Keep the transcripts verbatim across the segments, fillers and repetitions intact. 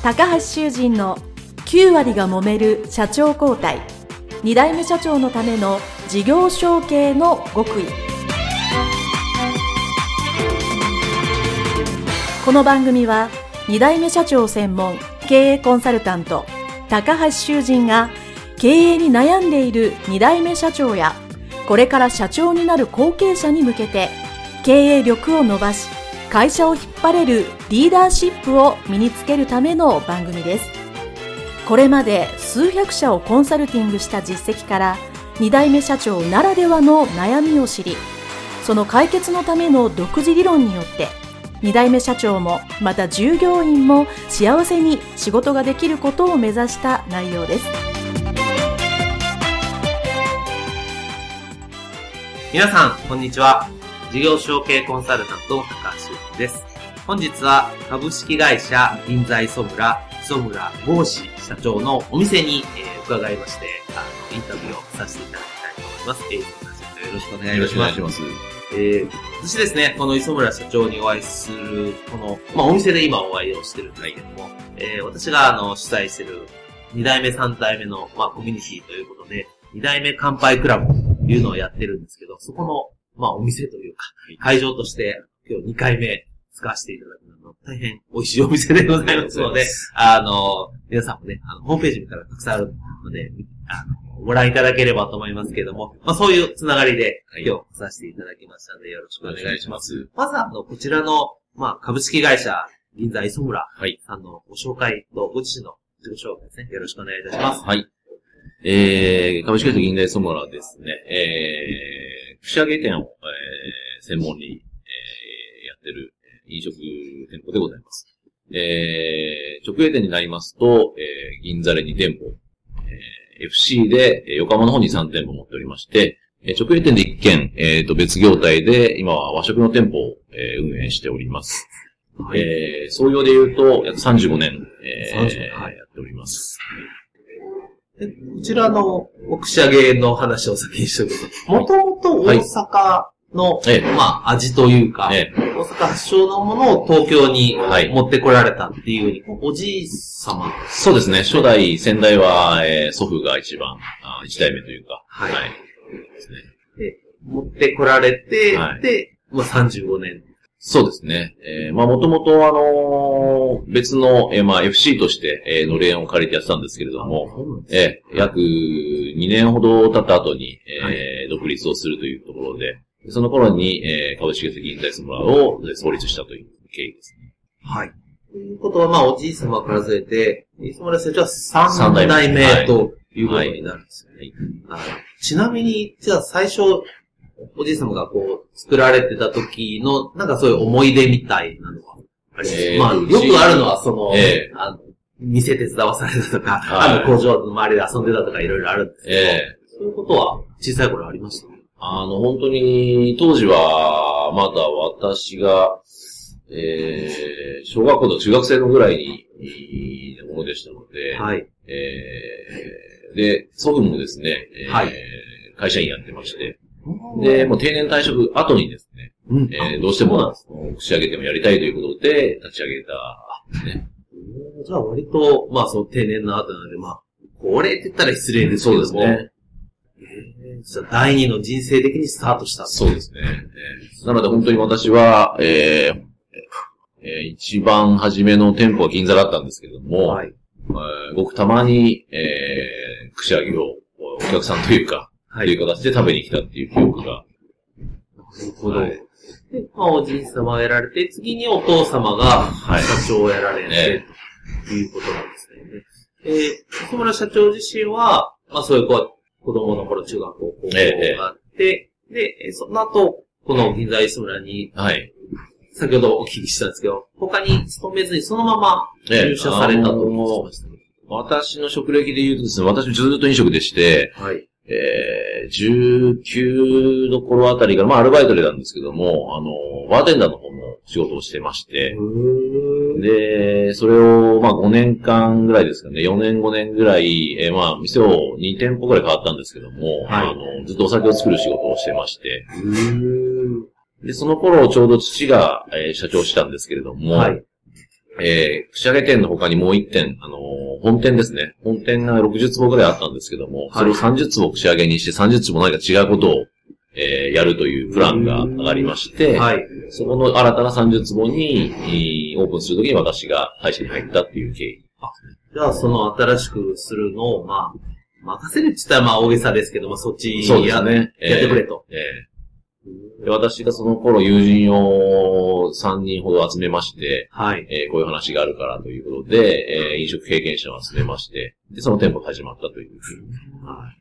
高橋修人のきゅう割が揉める社長交代、に代目社長のための事業承継の極意。この番組はに代目社長専門経営コンサルタント高橋修人が経営に悩んでいるに代目社長やこれから社長になる後継者に向けて経営力を伸ばし会社を引っ張れるリーダーシップを身につけるための番組です。これまで数百社をコンサルティングした実績からに代目社長ならではの悩みを知り、その解決のための独自理論によってに代目社長もまた従業員も幸せに仕事ができることを目指した内容です。 皆さんこんにちは。事業承継コンサルタントの高橋修人です。本日は株式会社銀座磯村磯村剛志社長のお店に、えー、伺いまして、あのインタビューをさせていただきたいと思います。えー、磯村社長よろしくお願いします。 よろしくお願いします。 えー、私ですね、この磯村社長にお会いする、この、まあ、お店で今お会いをしてるんですけども、えー、私があの主催してるに代目さん代目の、まあ、コミュニティということで、に代目乾杯クラブというのをやってるんですけど、そこのまあお店というか、会場として今日にかいめ使わせていただくのは大変美味しいお店でございますので、あの、皆さんもね、あの、ホームページからたくさんあるので、あの、ご覧いただければと思いますけれども、まあそういうつながりで今日させていただきましたのでよろしくお願いします。まずあの、こちらの、まあ株式会社銀座磯村さんのご紹介とご自身の自己紹介ですね。よろしくお願いいたします。 はい。えー、株式会社銀座磯村ですね。えー、串揚げ店を、えー、専門に、えー、やってる飲食店舗でございます。えー、直営店になりますと、えー、銀座でに店舗、えー、エフシー で横浜の方にさん店舗持っておりまして、えー、直営店でいっ軒、えーと、別業態で今は和食の店舗を、えー、運営しております。はい、えー、創業で言うと約さんじゅうごねん、えーはい、やっております。 こちらの串揚げの話を先にしておくと、もともと大阪の、はい、まあ味というか、ええ、大阪発祥のものを東京に持ってこられたっていう、はい、おじい様。 そうですね。初代、先代は、えー、祖父が一番、あ一代目というか、 はい。はい、ですね。で、持ってこられて、はい、で、まあさんじゅうごねん。 そうですね。えー、まあもともとあのー、別の、えー、まあ エフシー として、えー、のれんを借りてやってたんですけれども、えー、約にねんほど経った後に、えーはい、独立をするというところで、その頃に、えー、株式会社銀座磯村を創立したという経緯ですね。 はい。ということは、まあおじい様からずれて、磯村社長はさん代目ということになるんですよね。はいはい、ちなみに、じゃあ最初、おじい様がこう、作られてた時の、なんかそういう思い出みたいなのはあります、えー、まあ、よくあるのは、その、えー、あの、店手伝わされたとか、はい、あの工場の周りで遊んでたとかいろいろあるんですけど、えー、そういうことは小さい頃ありましたね。 あの、本当に、当時は、まだ私が、えー、小学校の中学生のぐらいに、のものでしたので、はい。えー、で、祖父もですね、えー、はい。会社員やってまして、で、もう定年退職後にですね、うん、えー、どうしても串揚げ店をやりたいということで立ち上げた、ね。 じゃあ割と、まあその定年の後なので、まあ、これって言ったら失礼ですけども、そうですね。えー、じゃあ第二の人生的にスタートした。 そうですね。えー、なので本当に私は、えーえー、一番初めの店舗は銀座だったんですけれども、はい。えー、ごくたまに、えー、串揚げをお客さんというか、はい。という形で食べに来たっていう記憶が。なるほど。はい、で、まあ、おじい様をやられて、次にお父様が社長をやられて、はい、ということなんですね。えー、磯村社長自身は、まあそういう子、子供の頃中学校、高校があって、えー、で、その後、この銀座磯村に、はい。先ほどお聞きしたんですけど、他に勤めずにそのまま入社されたと聞きましたね。 私の職歴で言うとですね、私ずっと飲食でして、はい。えー、じゅうきゅうの頃あたりから、まあアルバイトでなんですけども、あの、バーテンダーの方も仕事をしてまして、で、それを、まあごねんかんぐらいですかね、よねんごねんぐらい、えー、まあ店をに店舗ぐらい変わったんですけども、はい、あの、ずっとお酒を作る仕事をしてまして、で、その頃ちょうど父が、えー、社長したんですけれども、はい、 えー、串揚げ店の他にもう一店、あのー、本店ですね。本店がろくじゅうつぼぐらいあったんですけども、はい、それをさんじゅっつぼ串揚げにしてさんじゅっつぼ何か違うことを、えー、やるというプランが上がりまして、はい、そこの新たなさんじゅっつぼに、えー、オープンするときに私が会社に入ったっていう経緯。 あ、じゃあその新しくするのを、まあ、任せるって言ったらまあ大げさですけど、まあそっちや、ね、やってくれと。えーえーで私がその頃友人をさんにんほど集めまして、はい。えー、こういう話があるからということで、えー、飲食経験者を集めまして、で、その店舗が始まったという。 はい。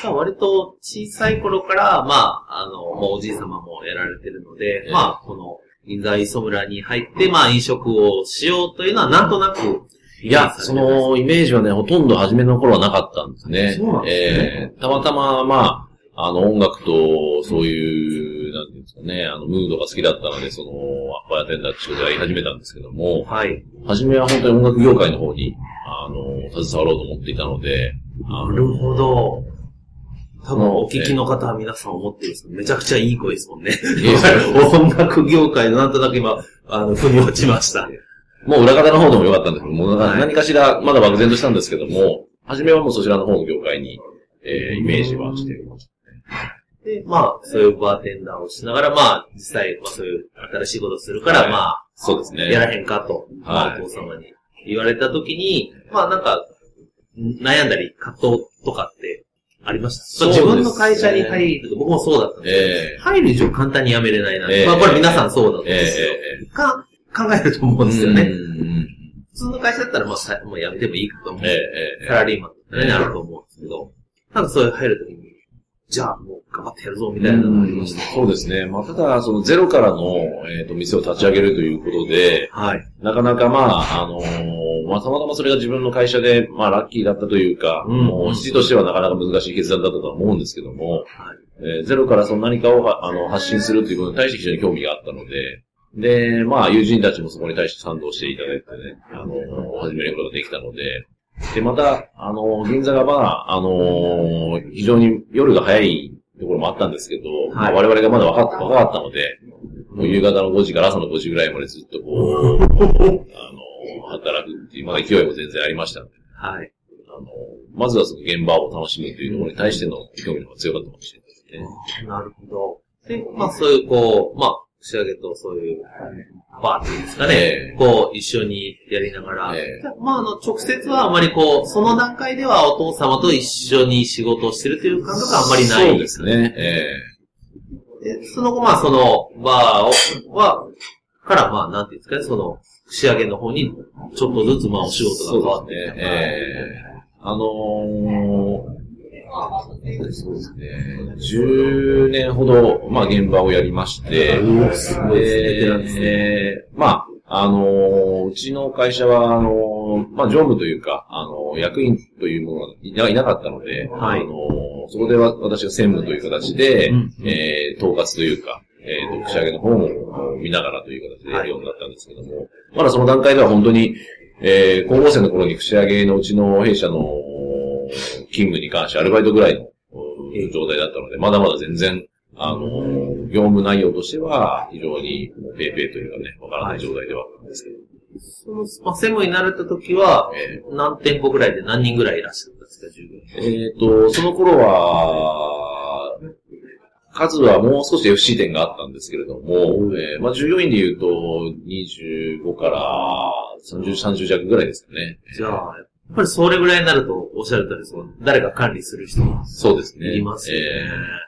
割と小さい頃から、まあ、あの、もうおじい様もやられてるので、えー、まあ、この、銀座磯村に入って、まあ、飲食をしようというのはなんとなく、 いや、そのイメージはね、ほとんど初めの頃はなかったんですね。 そうなんですね。 えー、たまたま、まあ、あの、音楽と、そういう、なんていうんですかね、あの、ムードが好きだったので、その、バーテンダーって仕事をやり始めたんですけども、はい。初めは本当に音楽業界の方に、あの、携わろうと思っていたので、 なるほど。多分、お聞きの方は皆さん思ってるんですけど、めちゃくちゃいい声ですもんね。音楽業界のなんとなく今、あの、腑に落ちました。 もう裏方の方でもよかったんですけども、はい、何かしら、まだ漠然としたんですけども、初めはもうそちらの方の業界に、えー、イメージはしていました。 で、まあ、そういうバーテンダーをしながら、まあ、実際、まあそういう新しいことをするから、はい、まあ、 そうですね。 やらへんかと、はい、お父様に言われたときに、まあなんか、悩んだり、葛藤とかってありました。そうですね。自分の会社に入ると、僕もそうだったんですけど、えー、入る以上簡単に辞めれないな、えー。まあこれ皆さんそうだと思うんですよ。えー、か考えると思うんですよね。普通の会社だったら、まあ、もう辞めてもいいかと思う。えー、サラリーマンとかね、なると思うんですけど、なんかそういう入るときに、じゃあもう頑張ってやるぞみたいなのがありました。 そうですね。まあ、ただ、そのゼロからの、えっと、店を立ち上げるということで、はい。なかなかまあ、あのー、まあ、たまたまそれが自分の会社で、まあ、ラッキーだったというか、うん、もう、父としてはなかなか難しい決断だったとは思うんですけども、はい。えー、ゼロからその何かをあの発信するということに対して非常に興味があったので、で、まあ、友人たちもそこに対して賛同していただいてね、あのー、始めることができたので、で、また、あの、銀座がまあ、あのー、非常に夜が早いところもあったんですけど、はい、まあ、我々がまだ若かった、若かったので、もう夕方のごじから朝のごじぐらいまでずっとこう、あの、働くっていう、まだ勢いも全然ありましたので、はい。あの、まずはその現場を楽しむというところに対しての興味の方が強かったかもしれないですね。 なるほど。で、まあそういうこう、まあ、仕上げとそういう、バーっていうんですかね、えー、こう、一緒にやりながら、えー、まあ、あの、直接はあまりこう、その段階ではお父様と一緒に仕事をしてるという感覚はあんまりない。 そうですね。えー、でその後、まあ、その、バーを、は、から、まあ、なんていうんですかね、その、仕上げの方に、ちょっとずつ、まあ、お仕事が変わっていった。えー、あのー、そうですね。じゅうねんほど、まあ、現場をやりまして、 すごいですね。 で、まあ、あの、うちの会社は、あの、まあ、常務というか、あの、役員というものがいな、いなかったので、はい、あの、そこでは私が専務という形で、うんうん、えー、統括というか、えー、と、串揚げの方も見ながらという形でやるようになったんですけども、はい、まだその段階では本当に、えー、高校生の頃に串揚げのうちの弊社の勤務に関してアルバイトぐらいの状態だったので、まだまだ全然、あの、業務内容としては非常にペーペーというかね、わからない状態ではあったんですけど。 その、まあ、専務になれた時は、えー、何店舗ぐらいで何人ぐらいいらっしゃったんですか、従業員。 えっと、その頃は、数はもう少し エフシー 店があったんですけれども、えー、まあ、従業員で言うとにじゅうごからさんじゅう、さんじゅう弱ぐらいですかね。 じゃあ、やっぱりそれぐらいになると、おっしゃる通り、その誰か管理する人がそうですね。 いますよね。え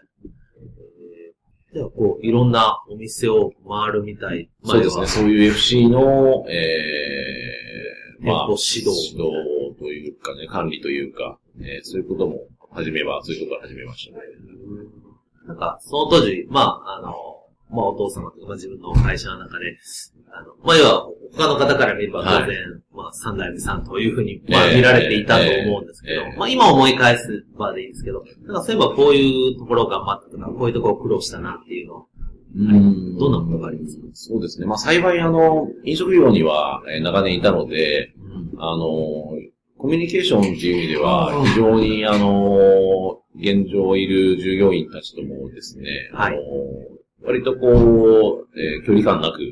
ー、じゃあ、こう、いろんなお店を回るみたい。 そうですね。そういう エフシー の、えー、 まあ、指導。 指導というかね、管理というか、えー、そういうことも、始めは、そういうことから始めましたね。 なんか、その当時、まあ、あの、まあ、お父様とか、まあ、自分の会社の中で、あの、まあ、要は、他の方から見れば、当然、はい、まあ、三代目さんというふうに、まあ、見られていたと思うんですけど、えーえー、まあ、今思い返す場でいいんですけど、なんか、そういえばこういうところを頑張ったとか、こういうところを苦労したなっていうのは、うん、どんなことがありますか？ そうですね。まあ、幸い、あの、飲食業には、えー、長年いたので、うん、あの、コミュニケーションっていう意味では、非常に、あの、現状いる従業員たちともですね、はい、あの割とこう、えー、距離感なく、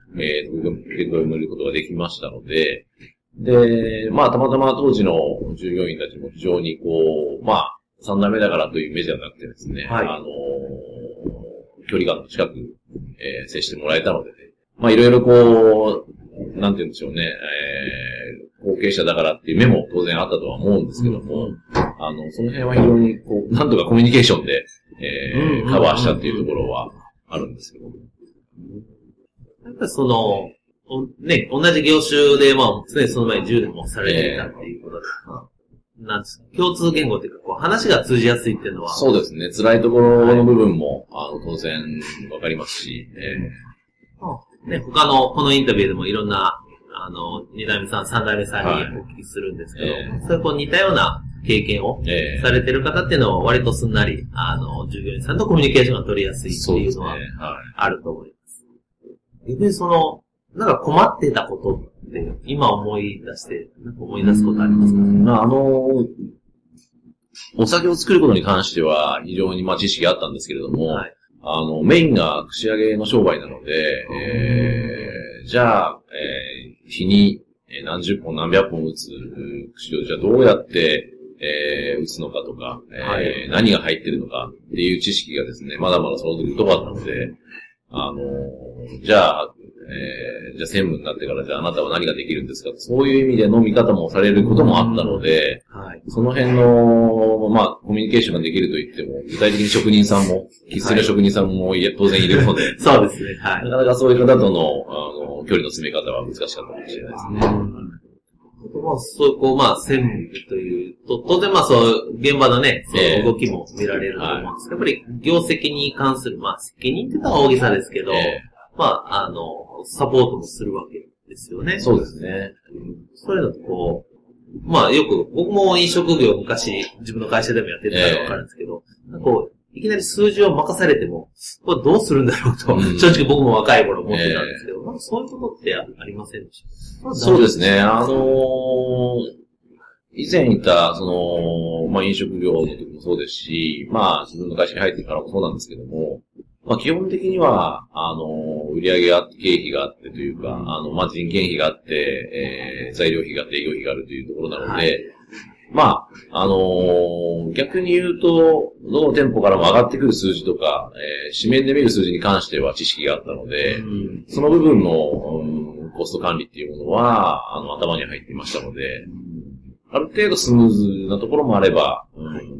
えー、受け止めることができましたので、で、まあ、たまたま当時の従業員たちも非常にこう、まあ、三代目だからというイメージではなくてですね、はい、あのー、距離感の近く、えー、接してもらえたのでね、まあ、いろいろこう、なんて言うんでしょうね、えー、後継者だからっていう目も当然あったとは思うんですけども、うん、あの、その辺は非常にこう、なんとかコミュニケーションで、えー、カバーしたっていうところはあるんですけど。 やっぱりその、ね、同じ業種で、まあ、常にその前にじゅうねんもされていたっていうことで、えー、なんですか、共通言語っていうか、こう、話が通じやすいっていうのは。 そうですね。辛いところの部分も、はい、あの、当然わかりますし、えー、ね、他の、このインタビューでもいろんな、あの、二代目さん、三代目さんにお聞きするんですけど、はい、えー、そういうこう似たような経験をされてる方っていうのは割とすんなり、あの、従業員さんとコミュニケーションが取りやすいっていうのはあると思います。逆にその、なんか困ってたことって、今思い出して、なんか思い出すことありますか？ まあ、あの、お酒を作ることに関しては非常にまあ知識があったんですけれども、はい、あの、メインが串揚げの商売なので、えー、じゃあ、えー、日に何十本何百本打つ串をじゃあどうやって、えー、打つのかとか、えーはい、何が入ってるのかっていう知識がですね、まだまだその時疎かったので、あの、じゃあ、えー、じゃあ専務になってからじゃああなたは何ができるんですか、そういう意味での見方もされることもあったので、はい、その辺の、まあ、コミュニケーションができると言っても、具体的に職人さんも、生粋の職人さんも当然いるので、 そうですね、はい。 なかなかそういう方との、あの、距離の詰め方は難しかったかもしれないですね。 まあ、そういう、こう、まあ、専務というと、当然まあ、そう、現場のね、その動きも見られると思うんですけど、えーはい、やっぱり業績に関する、まあ、責任って言ったら大げさですけど、えーまあ、あの、サポートもするわけですよね。 そうですね。 うん、そういうのとこう、まあよく、僕も飲食業昔自分の会社でもやってたからわかるんですけど、えー、こう、いきなり数字を任されても、これどうするんだろうと、うん、正直僕も若い頃思ってたんですけど、えー、なんかそういうことってありませんでした？ そうですね。あのー、以前いた、その、まあ飲食業の時もそうですし、まあ自分の会社に入ってからもそうなんですけども、まあ基本的には、あの、売上があって、経費があってというか、あの、まあ人件費があって、えー、材料費があって、営業費があるというところなので、はい、まあ、あのー、逆に言うと、どの店舗からも上がってくる数字とか、えー、紙面で見る数字に関しては知識があったので、うん、その部分の、うん、コスト管理っていうものは、あの、頭に入っていましたので、ある程度スムーズなところもあれば、うんはい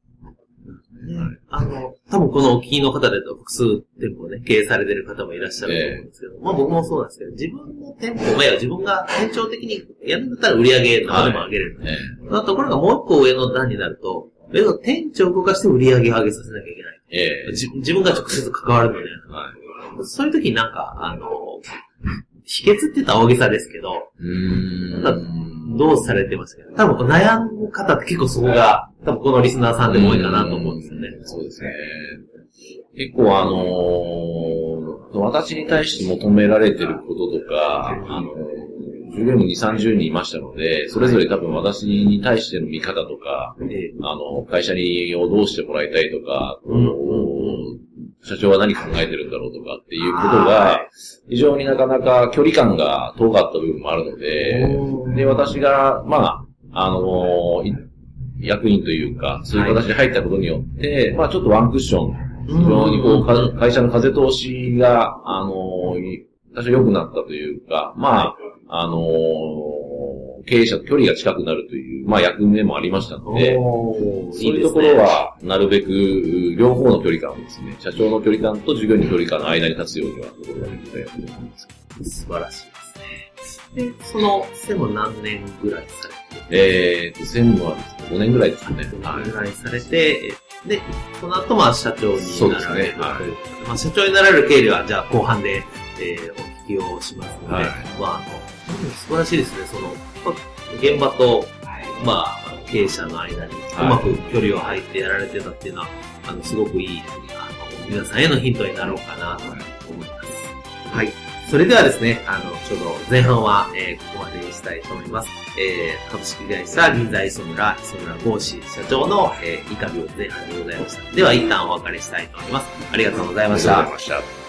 あの、多分このお聞きの方で複数店舗をね、経営されてる方もいらっしゃると思うんですけど、えー、まあ僕もそうなんですけど、自分の店舗、まあ自分が店長的にやるんだったら売り上げのでも上げれる。はいえー、ところがもう一個上の段になると、店長を動かして売り上げを上げさせなきゃいけない。えー、自, 自分が直接関わるので、はい、そういう時になんか、あの、秘訣って言ったら大げさですけど、うーんなんかどうされてますかね。多分悩む方って結構そこが、多分このリスナーさんでも多いかなと思うんですよね。 うそうですね。結構あのー、私に対して求められてることとか、あのー、従業員もに、さんじゅうにんいましたので、それぞれ多分私に対しての見方とか、あの、会社にをどうしてもらいたいとか、うん、社長は何考えてるんだろうとかっていうことが、非常になかなか距離感が遠かった部分もあるので、で、私が、まあ、あのー、役員というか、そういう形で入ったことによって、はい、まあちょっとワンクッション、非常にこう、会社の風通しが、あのー、多少良くなったというか、まあ、あのー、経営者と距離が近くなるという、まあ役目もありましたので、そういうところは、なるべく、両方の距離感をですね、社長の距離感と従業員の距離感の間に立つようには、心がけていただきたいと思います。 素晴らしいですね。で、その、専務何年ぐらいされてえーと、専務はですね、ごねんぐらいですかね。 ごねんぐらいされて、で、その後、まあ、社長になられる。そうですね。はい。まあ、社長になられる経緯は、じゃあ、後半で、えー、お聞きをしますので、はい、まあ、あの、素晴らしいですね。その、現場と、まあ、経営者の間に、うまく距離を入ってやられてたっていうのは、あの、すごくいい、あの、皆さんへのヒントになろうかなと思います。はい。それではですね、あの、ちょうど前半は、えー、ここまでにしたいと思います。えー、株式会社銀座磯村、磯村剛志社長の、えー、インタビュー前半でございました。では、一旦お別れしたいと思います。ありがとうございました。 ありがとうございました。